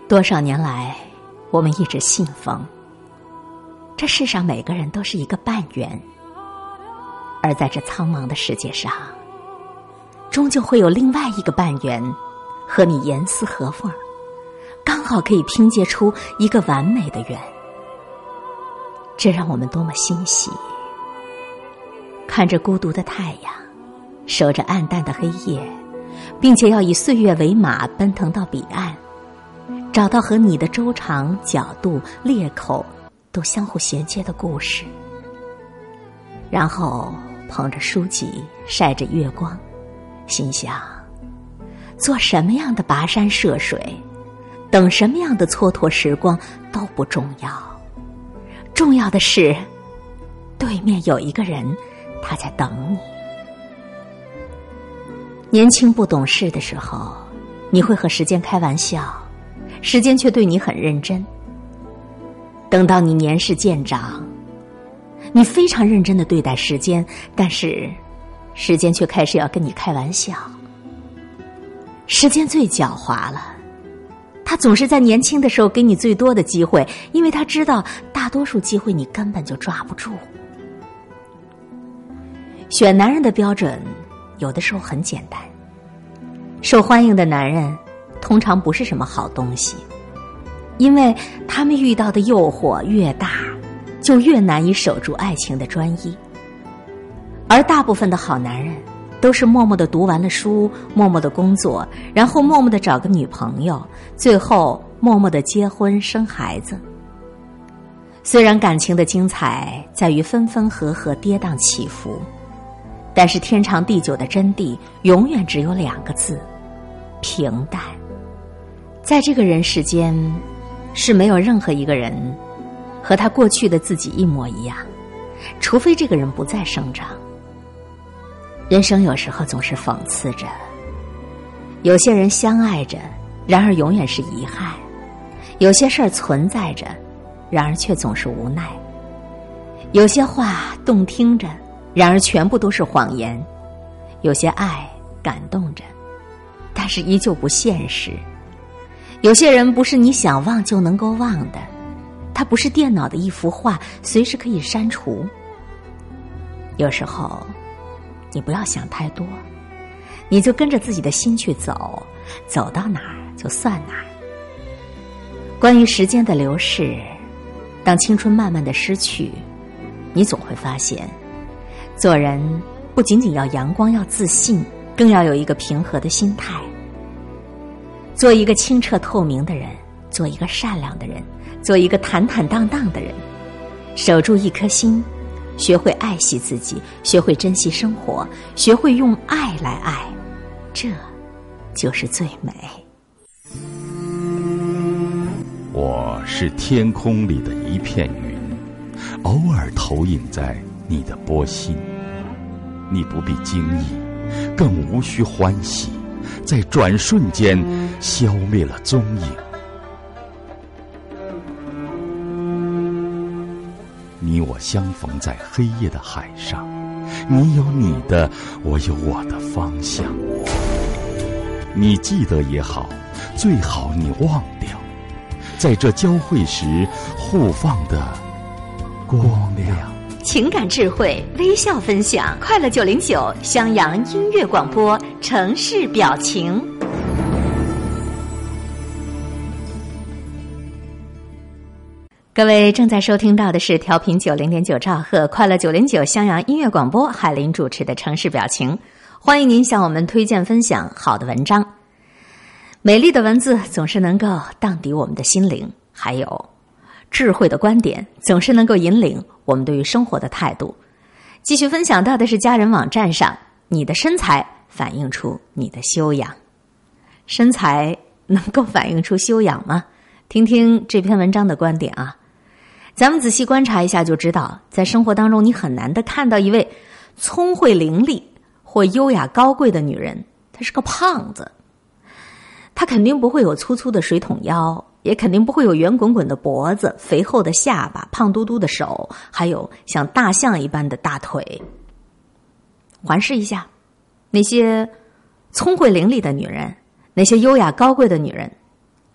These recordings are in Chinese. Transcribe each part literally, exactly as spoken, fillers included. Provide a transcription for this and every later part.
多少年来，我们一直信奉，这世上每个人都是一个半圆，而在这苍茫的世界上，终究会有另外一个半圆和你严丝合缝，刚好可以拼接出一个完美的圆。这让我们多么欣喜！看着孤独的太阳，守着暗淡的黑夜，并且要以岁月为马奔腾到彼岸，找到和你的周长、角度、裂口都相互衔接的故事，然后捧着书籍，晒着月光，心想做什么样的跋山涉水，等什么样的蹉跎时光都不重要，重要的是对面有一个人，他在等你。年轻不懂事的时候，你会和时间开玩笑，时间却对你很认真。等到你年事渐长，你非常认真地对待时间，但是时间却开始要跟你开玩笑。时间最狡猾了，他总是在年轻的时候给你最多的机会，因为他知道大多数机会你根本就抓不住。选男人的标准有的时候很简单，受欢迎的男人通常不是什么好东西，因为他们遇到的诱惑越大，就越难以守住爱情的专一。而大部分的好男人都是默默地读完了书，默默地工作，然后默默地找个女朋友，最后默默地结婚生孩子。虽然感情的精彩在于分分合合、跌宕起伏，但是天长地久的真谛永远只有两个字：平淡。在这个人世间，是没有任何一个人和他过去的自己一模一样，除非这个人不再生长。人生有时候总是讽刺着，有些人相爱着，然而永远是遗憾；有些事儿存在着，然而却总是无奈；有些话动听着，然而全部都是谎言；有些爱感动着，但是依旧不现实；有些人不是你想忘就能够忘的，它不是电脑的一幅画，随时可以删除。有时候你不要想太多，你就跟着自己的心去走，走到哪儿就算哪儿。关于时间的流逝，当青春慢慢的失去，你总会发现，做人不仅仅要阳光，要自信，更要有一个平和的心态。做一个清澈透明的人，做一个善良的人，做一个坦坦荡荡的人，守住一颗心，学会爱惜自己，学会珍惜生活，学会用爱来爱，这就是最美。 我是天空里的一片云，偶尔投影在你的波心。你不必惊异，更无需欢喜，在转瞬间消灭了踪影。你我相逢在黑夜的海上，你有你的，我有我的方向。你记得也好，最好你忘掉，在这交汇时互放的光亮。 情感智慧，微笑分享，快乐九零九襄阳音乐广播，城市表情。各位正在收听到的是调频九零点九兆赫快乐九零九襄阳音乐广播，海林主持的城市表情。欢迎您向我们推荐分享好的文章。美丽的文字总是能够荡涤我们的心灵，还有智慧的观点总是能够引领我们对于生活的态度。继续分享到的是家人网站上，你的身材反映出你的修养。身材能够反映出修养吗？听听这篇文章的观点啊。咱们仔细观察一下就知道，在生活当中你很难的看到一位聪慧伶俐或优雅高贵的女人，她是个胖子。她肯定不会有粗粗的水桶腰，也肯定不会有圆滚滚的脖子、肥厚的下巴、胖嘟嘟的手，还有像大象一般的大腿。环视一下，那些聪慧伶俐的女人，那些优雅高贵的女人，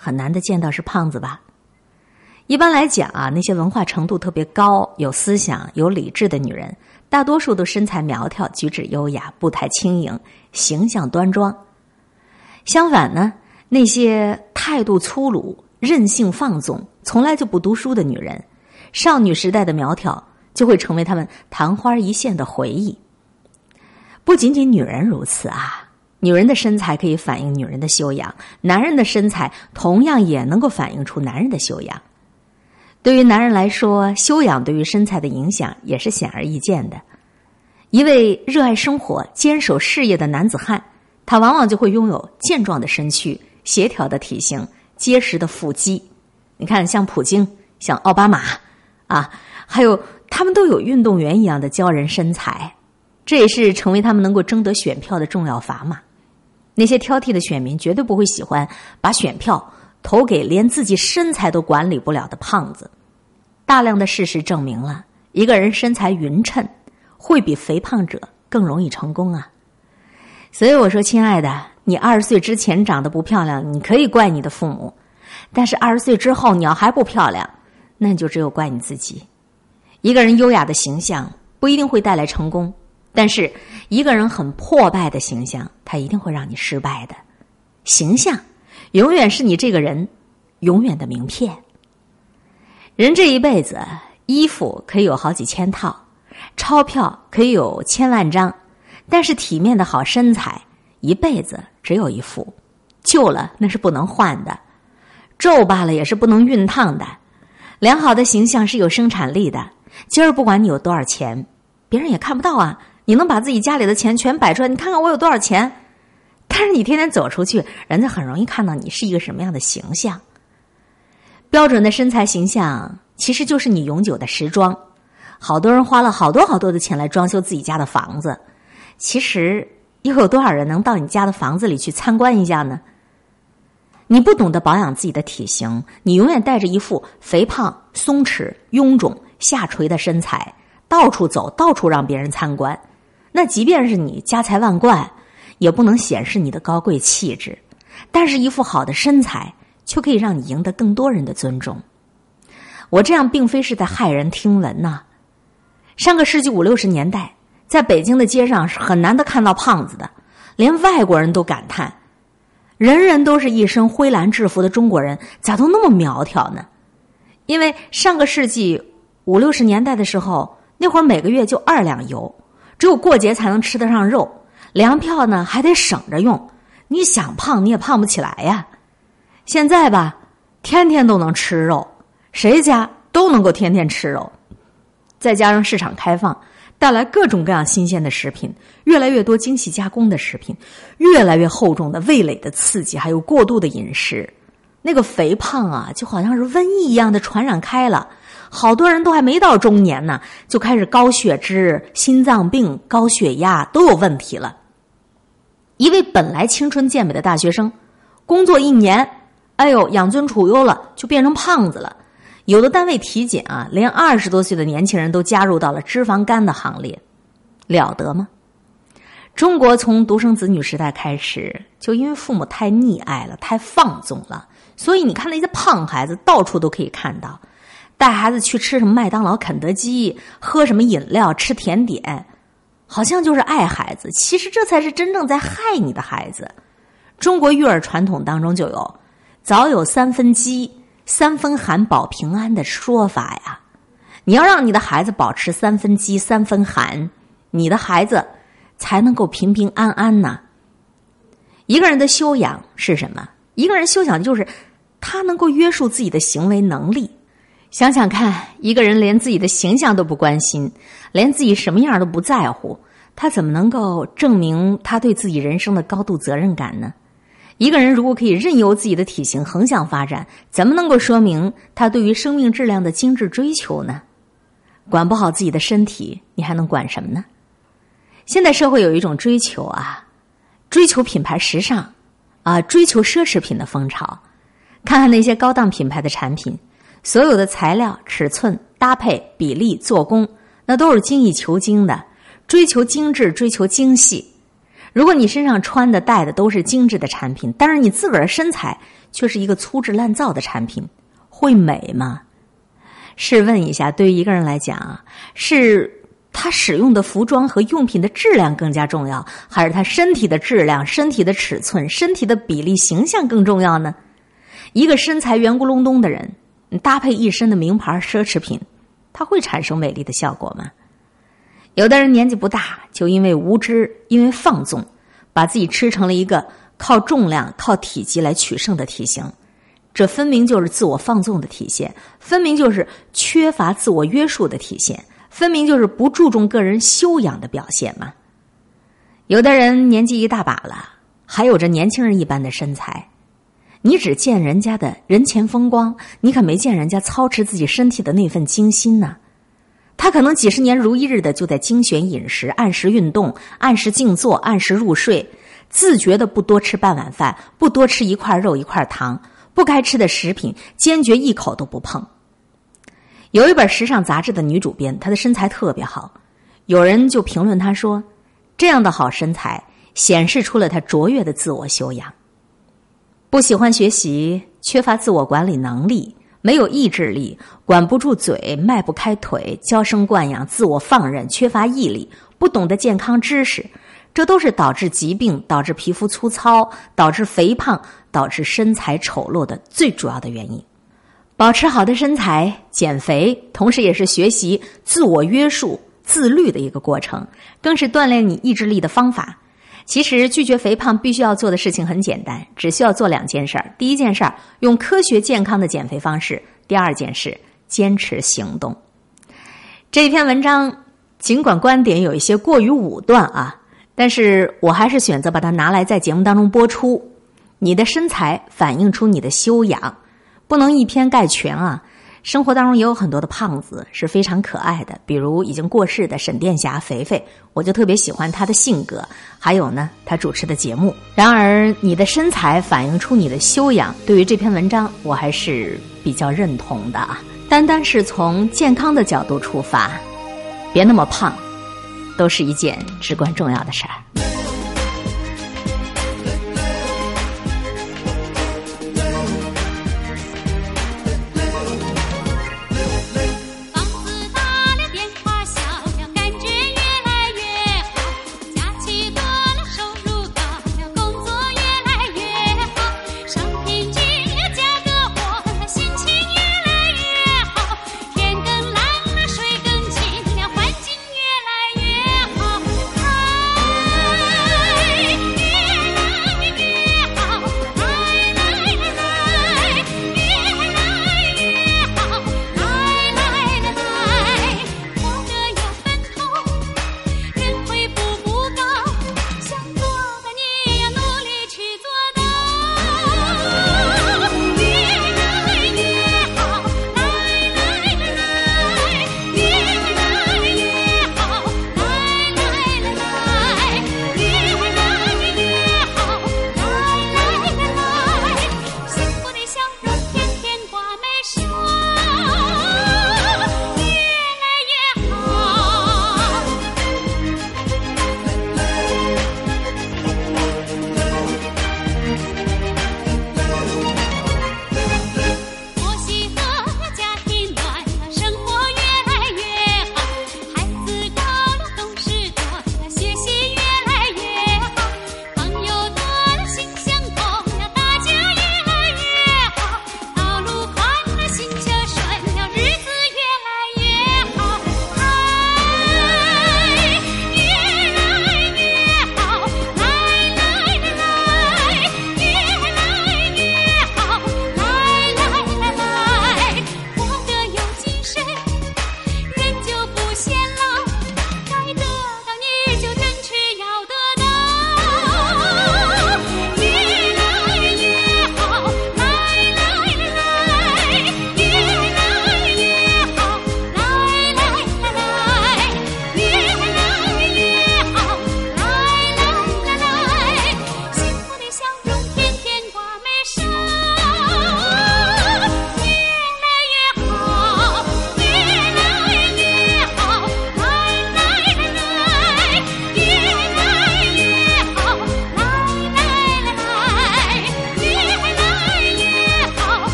很难得见到是胖子吧。一般来讲啊，那些文化程度特别高、有思想、有理智的女人，大多数都身材苗条，举止优雅，步态轻盈，形象端庄。相反呢，那些态度粗鲁、任性放纵、从来就不读书的女人，少女时代的苗条就会成为她们昙花一现的回忆。不仅仅女人如此啊，女人的身材可以反映女人的修养，男人的身材同样也能够反映出男人的修养。对于男人来说，修养对于身材的影响也是显而易见的。一位热爱生活、坚守事业的男子汉，他往往就会拥有健壮的身躯、协调的体型、结实的腹肌。你看，像普京、像奥巴马啊，还有他们都有运动员一样的骄人身材，这也是成为他们能够争得选票的重要砝码。那些挑剔的选民绝对不会喜欢把选票投给连自己身材都管理不了的胖子。大量的事实证明了，一个人身材匀称会比肥胖者更容易成功啊。所以我说，亲爱的，你二十岁之前长得不漂亮，你可以怪你的父母，但是二十岁之后你要还不漂亮，那你就只有怪你自己。一个人优雅的形象不一定会带来成功，但是一个人很破败的形象，他一定会让你失败的。形象永远是你这个人永远的名片。人这一辈子，衣服可以有好几千套，钞票可以有千万张，但是体面的好身材一辈子只有一副，旧了那是不能换的，皱巴了也是不能熨烫的。良好的形象是有生产力的，今儿不管你有多少钱，别人也看不到啊，你能把自己家里的钱全摆出来，你看看我有多少钱，但是你天天走出去，人家很容易看到你是一个什么样的形象。标准的身材形象其实就是你永久的时装。好多人花了好多好多的钱来装修自己家的房子，其实又有多少人能到你家的房子里去参观一下呢？你不懂得保养自己的体型，你永远带着一副肥胖、松弛、臃肿、下垂的身材，到处走，到处让别人参观。那即便是你家财万贯，也不能显示你的高贵气质。但是一副好的身材却可以让你赢得更多人的尊重。我这样并非是在骇人听闻呐、啊。上个世纪五六十年代，在北京的街上是很难得看到胖子的，连外国人都感叹，人人都是一身灰蓝制服的中国人，咋都那么苗条呢？因为上个世纪五六十年代的时候，那会儿每个月就二两油，只有过节才能吃得上肉，粮票呢还得省着用，你想胖你也胖不起来呀。现在吧，天天都能吃肉，谁家都能够天天吃肉，再加上市场开放，带来各种各样新鲜的食品，越来越多精细加工的食品，越来越厚重的味蕾的刺激，还有过度的饮食，那个肥胖啊，就好像是瘟疫一样的传染开了。好多人都还没到中年呢，就开始高血脂、心脏病、高血压都有问题了。一位本来青春健美的大学生，工作一年，哎呦，养尊处优了，就变成胖子了。有的单位体检啊，连二十多岁的年轻人都加入到了脂肪肝的行列，了得吗？中国从独生子女时代开始，就因为父母太溺爱了，太放纵了，所以你看那些胖孩子到处都可以看到，带孩子去吃什么麦当劳、肯德基，喝什么饮料，吃甜点，好像就是爱孩子，其实这才是真正在害你的孩子。中国育儿传统当中就有早有三分饥三分寒保平安的说法呀。你要让你的孩子保持三分饥三分寒，你的孩子才能够平平安安呢。一个人的修养是什么？一个人修养就是他能够约束自己的行为能力。想想看，一个人连自己的形象都不关心，连自己什么样都不在乎，他怎么能够证明他对自己人生的高度责任感呢？一个人如果可以任由自己的体型横向发展，怎么能够说明他对于生命质量的精致追求呢？管不好自己的身体，你还能管什么呢？现在社会有一种追求啊，追求品牌时尚啊，追求奢侈品的风潮。看看那些高档品牌的产品，所有的材料、尺寸、搭配、比例、做工，那都是精益求精的，追求精致，追求精细。 如果你身上穿的戴的都是精致的产品，但是你自个儿身材却是一个粗制滥造的产品，会美吗？试问一下，对于一个人来讲啊，是他使用的服装和用品的质量更加重要，还是他身体的质量、身体的尺寸、身体的比例、形象更重要呢？一个身材圆咕隆咚的人，搭配一身的名牌奢侈品，它会产生美丽的效果吗？有的人年纪不大，就因为无知，因为放纵，把自己吃成了一个靠重量、靠体积来取胜的体型，这分明就是自我放纵的体现，分明就是缺乏自我约束的体现，分明就是不注重个人修养的表现嘛。有的人年纪一大把了，还有着年轻人一般的身材，你只见人家的人前风光，你可没见人家操持自己身体的那份精心呢。他可能几十年如一日的就在精选饮食，按时运动，按时静坐，按时入睡，自觉的不多吃半碗饭，不多吃一块肉一块糖，不该吃的食品坚决一口都不碰。有一本时尚杂志的女主编，她的身材特别好，有人就评论她说，这样的好身材显示出了她卓越的自我修养。不喜欢学习，缺乏自我管理能力，没有意志力，管不住嘴，迈不开腿，娇生惯养，自我放任，缺乏毅力，不懂得健康知识，这都是导致疾病、导致皮肤粗糙、导致肥胖、导致身材丑陋的最主要的原因。保持好的身材，减肥，同时也是学习自我约束、自律的一个过程，更是锻炼你意志力的方法。其实拒绝肥胖必须要做的事情很简单，只需要做两件事儿。第一件事儿，用科学健康的减肥方式；第二件事，坚持行动。这篇文章尽管观点有一些过于武断啊，但是我还是选择把它拿来在节目当中播出。你的身材反映出你的修养，不能以偏概全啊。生活当中也有很多的胖子是非常可爱的，比如已经过世的沈殿霞肥肥，我就特别喜欢她的性格，还有呢她主持的节目。然而你的身材反映出你的修养，对于这篇文章我还是比较认同的啊。单单是从健康的角度出发，别那么胖，都是一件至关重要的事儿。